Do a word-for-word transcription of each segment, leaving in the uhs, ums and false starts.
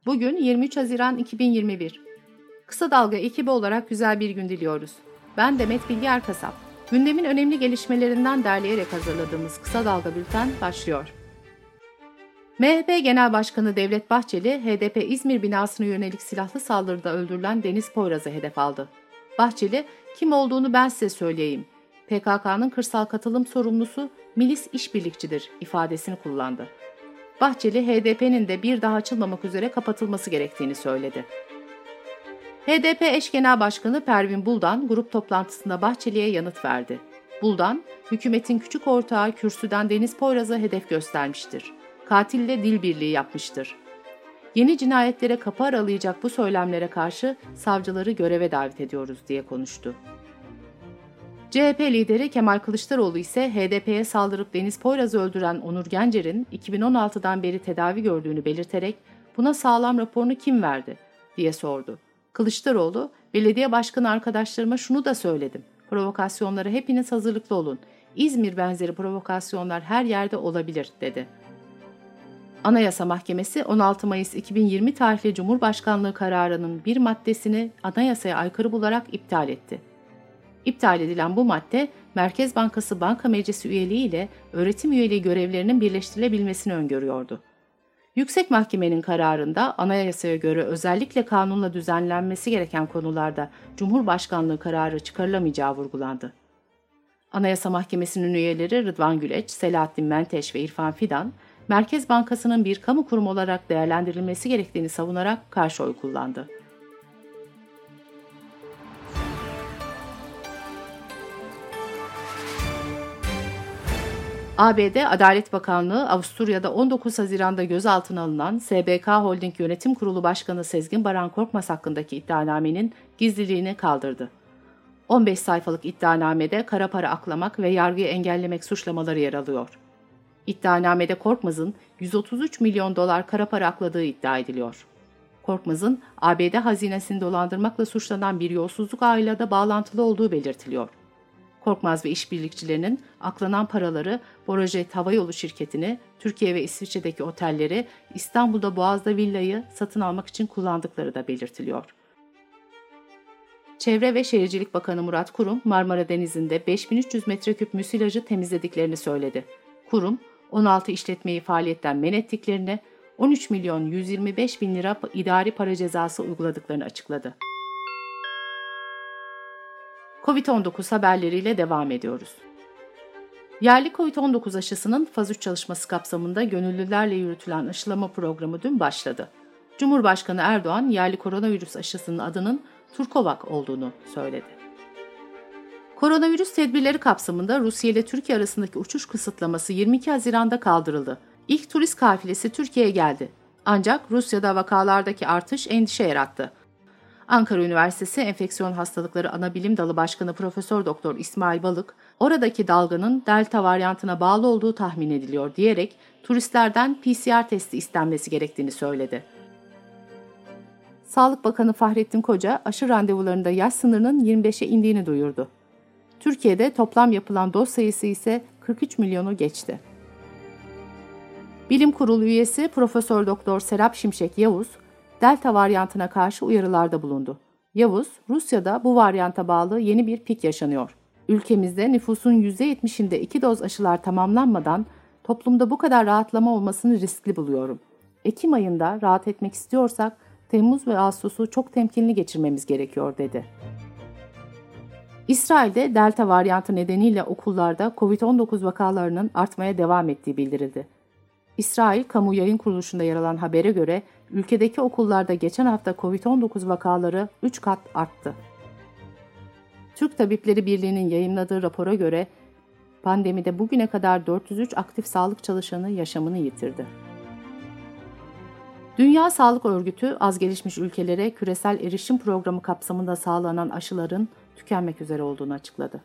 Bugün yirmi üç Haziran iki bin yirmi bir. Kısa Dalga ekibi olarak güzel bir gün diliyoruz. Ben Demet Bilge Erkasap. Gündemin önemli gelişmelerinden derleyerek hazırladığımız Kısa Dalga Bülten başlıyor. M H P Genel Başkanı Devlet Bahçeli, H D P İzmir binasına yönelik silahlı saldırıda öldürülen Deniz Poyraz'ı hedef aldı. Bahçeli, kim olduğunu ben size söyleyeyim. P K K'nın kırsal katılım sorumlusu milis işbirlikçidir ifadesini kullandı. Bahçeli, H D P'nin de bir daha açılmamak üzere kapatılması gerektiğini söyledi. H D P eş genel başkanı Pervin Buldan grup toplantısında Bahçeli'ye yanıt verdi. Buldan, hükümetin küçük ortağı kürsüden Deniz Poyraz'a hedef göstermiştir. Katille dil birliği yapmıştır. Yeni cinayetlere kapı aralayacak bu söylemlere karşı savcıları göreve davet ediyoruz diye konuştu. C H P lideri Kemal Kılıçdaroğlu ise H D P'ye saldırıp Deniz Poyraz'ı öldüren Onur Gencer'in iki bin on altıdan beri tedavi gördüğünü belirterek buna sağlam raporunu kim verdi diye sordu. Kılıçdaroğlu, belediye başkanı arkadaşlarıma şunu da söyledim. Provokasyonlara hepiniz hazırlıklı olun. İzmir benzeri provokasyonlar her yerde olabilir dedi. Anayasa Mahkemesi on altı Mayıs iki bin yirmi tarihli Cumhurbaşkanlığı kararının bir maddesini anayasaya aykırı bularak iptal etti. İptal edilen bu madde, Merkez Bankası Banka Meclisi üyeliği ile öğretim üyeliği görevlerinin birleştirilebilmesini öngörüyordu. Yüksek Mahkemenin kararında anayasaya göre özellikle kanunla düzenlenmesi gereken konularda Cumhurbaşkanlığı kararı çıkarılamayacağı vurgulandı. Anayasa Mahkemesi'nin üyeleri Rıdvan Güleç, Selahattin Menteş ve İrfan Fidan, Merkez Bankası'nın bir kamu kurumu olarak değerlendirilmesi gerektiğini savunarak karşı oy kullandı. A B D Adalet Bakanlığı, Avusturya'da on dokuz Haziran'da gözaltına alınan S B K Holding Yönetim Kurulu Başkanı Sezgin Baran Korkmaz hakkındaki iddianamenin gizliliğini kaldırdı. on beş sayfalık iddianamede kara para aklamak ve yargıyı engellemek suçlamaları yer alıyor. İddianamede Korkmaz'ın yüz otuz üç milyon dolar kara para akladığı iddia ediliyor. Korkmaz'ın A B D hazinesini dolandırmakla suçlanan bir yolsuzluk ağıyla da bağlantılı olduğu belirtiliyor. Korkmaz ve işbirlikçilerinin aklanan paraları Borajet Havayolu şirketini, Türkiye ve İsviçre'deki otelleri, İstanbul'da Boğaz'da villayı satın almak için kullandıkları da belirtiliyor. Çevre ve Şehircilik Bakanı Murat Kurum, Marmara Denizi'nde beş bin üç yüz metreküp müsilajı temizlediklerini söyledi. Kurum, on altı işletmeyi faaliyetten men ettiklerini, on üç milyon yüz yirmi beş bin lira idari para cezası uyguladıklarını açıkladı. kovid on dokuz haberleriyle devam ediyoruz. Yerli kovid on dokuz aşısının faz üç çalışması kapsamında gönüllülerle yürütülen aşılama programı dün başladı. Cumhurbaşkanı Erdoğan, yerli koronavirüs aşısının adının Turkovac olduğunu söyledi. Koronavirüs tedbirleri kapsamında Rusya ile Türkiye arasındaki uçuş kısıtlaması yirmi iki Haziran'da kaldırıldı. İlk turist kafilesi Türkiye'ye geldi. Ancak Rusya'da vakalardaki artış endişe yarattı. Ankara Üniversitesi Enfeksiyon Hastalıkları Anabilim Dalı Başkanı Profesör Doktor İsmail Balık, oradaki dalganın delta varyantına bağlı olduğu tahmin ediliyor diyerek turistlerden P C R testi istenmesi gerektiğini söyledi. Sağlık Bakanı Fahrettin Koca, aşı randevularında yaş sınırının yirmi beşe indiğini duyurdu. Türkiye'de toplam yapılan doz sayısı ise kırk üç milyonu geçti. Bilim Kurulu üyesi Profesör Doktor Serap Şimşek Yavuz, delta varyantına karşı uyarılarda bulundu. Yavuz, Rusya'da bu varyanta bağlı yeni bir pik yaşanıyor. Ülkemizde nüfusun yüzde yetmişinde iki doz aşılar tamamlanmadan toplumda bu kadar rahatlama olmasını riskli buluyorum. Ekim ayında rahat etmek istiyorsak Temmuz ve Ağustos'u çok temkinli geçirmemiz gerekiyor dedi. İsrail'de delta varyantı nedeniyle okullarda kovid on dokuz vakalarının artmaya devam ettiği bildirildi. İsrail Kamu Yayın Kuruluşu'nda yer alan habere göre ülkedeki okullarda geçen hafta kovid on dokuz vakaları üç kat arttı. Türk Tabipleri Birliği'nin yayımladığı rapora göre pandemide bugüne kadar dört yüz üç aktif sağlık çalışanı yaşamını yitirdi. Dünya Sağlık Örgütü az gelişmiş ülkelere küresel erişim programı kapsamında sağlanan aşıların tükenmek üzere olduğunu açıkladı.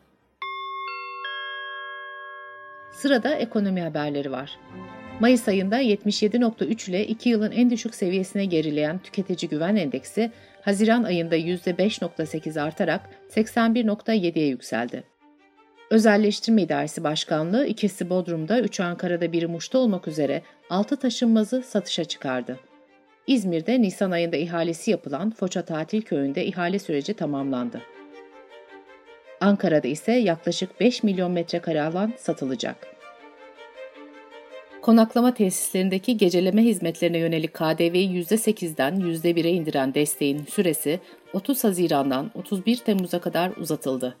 Sırada ekonomi haberleri var. Mayıs ayında yetmiş yedi virgül üç ile iki yılın en düşük seviyesine gerileyen tüketici güven endeksi, Haziran ayında yüzde beş virgül sekiz artarak seksen bir virgül yediye yükseldi. Özelleştirme İdaresi Başkanlığı ikisi Bodrum'da, üçü Ankara'da, biri Muş'ta olmak üzere altı taşınmazı satışa çıkardı. İzmir'de Nisan ayında ihalesi yapılan Foça Tatil Köyü'nde ihale süreci tamamlandı. Ankara'da ise yaklaşık beş milyon metrekare alan satılacak. Konaklama tesislerindeki geceleme hizmetlerine yönelik K D V'yi yüzde sekizden yüzde bire indiren desteğin süresi otuz Haziran'dan otuz bir Temmuz'a kadar uzatıldı.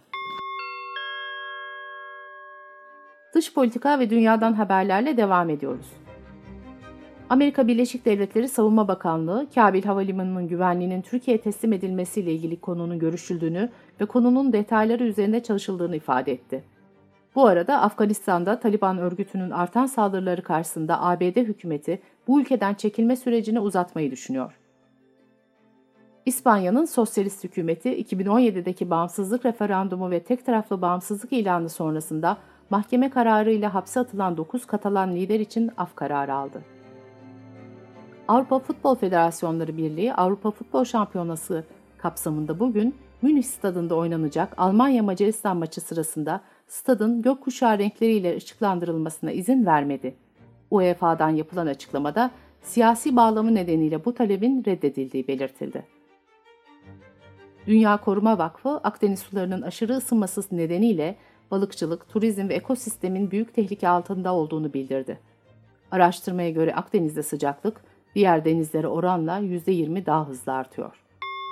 Dış politika ve dünyadan haberlerle devam ediyoruz. Amerika Birleşik Devletleri Savunma Bakanlığı, Kabil Havalimanı'nın güvenliğinin Türkiye'ye teslim edilmesiyle ilgili konunun görüşüldüğünü ve konunun detayları üzerinde çalışıldığını ifade etti. Bu arada Afganistan'da Taliban örgütünün artan saldırıları karşısında A B D hükümeti bu ülkeden çekilme sürecini uzatmayı düşünüyor. İspanya'nın sosyalist hükümeti iki bin on yedideki bağımsızlık referandumu ve tek taraflı bağımsızlık ilanı sonrasında mahkeme kararıyla hapse atılan dokuz Katalan lider için af kararı aldı. Avrupa Futbol Federasyonları Birliği Avrupa Futbol Şampiyonası kapsamında bugün Münih stadında oynanacak Almanya-Macaristan maçı sırasında stadın gökkuşağı renkleriyle ışıklandırılmasına izin vermedi. U E F A'dan yapılan açıklamada siyasi bağlamı nedeniyle bu talebin reddedildiği belirtildi. Dünya Koruma Vakfı, Akdeniz sularının aşırı ısınması nedeniyle balıkçılık, turizm ve ekosistemin büyük tehlike altında olduğunu bildirdi. Araştırmaya göre Akdeniz'de sıcaklık, diğer denizlere oranla yüzde yirmi daha hızlı artıyor.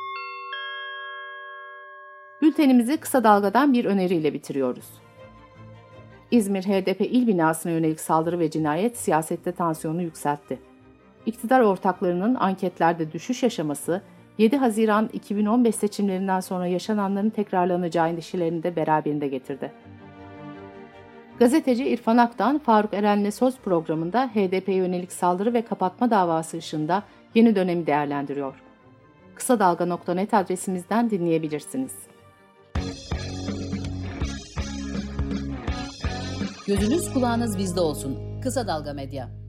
Bültenimizi kısa dalgadan bir öneriyle bitiriyoruz. İzmir H D P il binasına yönelik saldırı ve cinayet siyasette tansiyonu yükseltti. İktidar ortaklarının anketlerde düşüş yaşaması, yedi Haziran iki bin on beş seçimlerinden sonra yaşananların tekrarlanacağı endişelerini de beraberinde getirdi. Gazeteci İrfan Aktan, Faruk Eren'le Söz programında H D P'ye yönelik saldırı ve kapatma davası ışığında yeni dönemi değerlendiriyor. kısa dalga nokta net adresimizden dinleyebilirsiniz. Gözünüz kulağınız bizde olsun. Kısa Dalga Medya.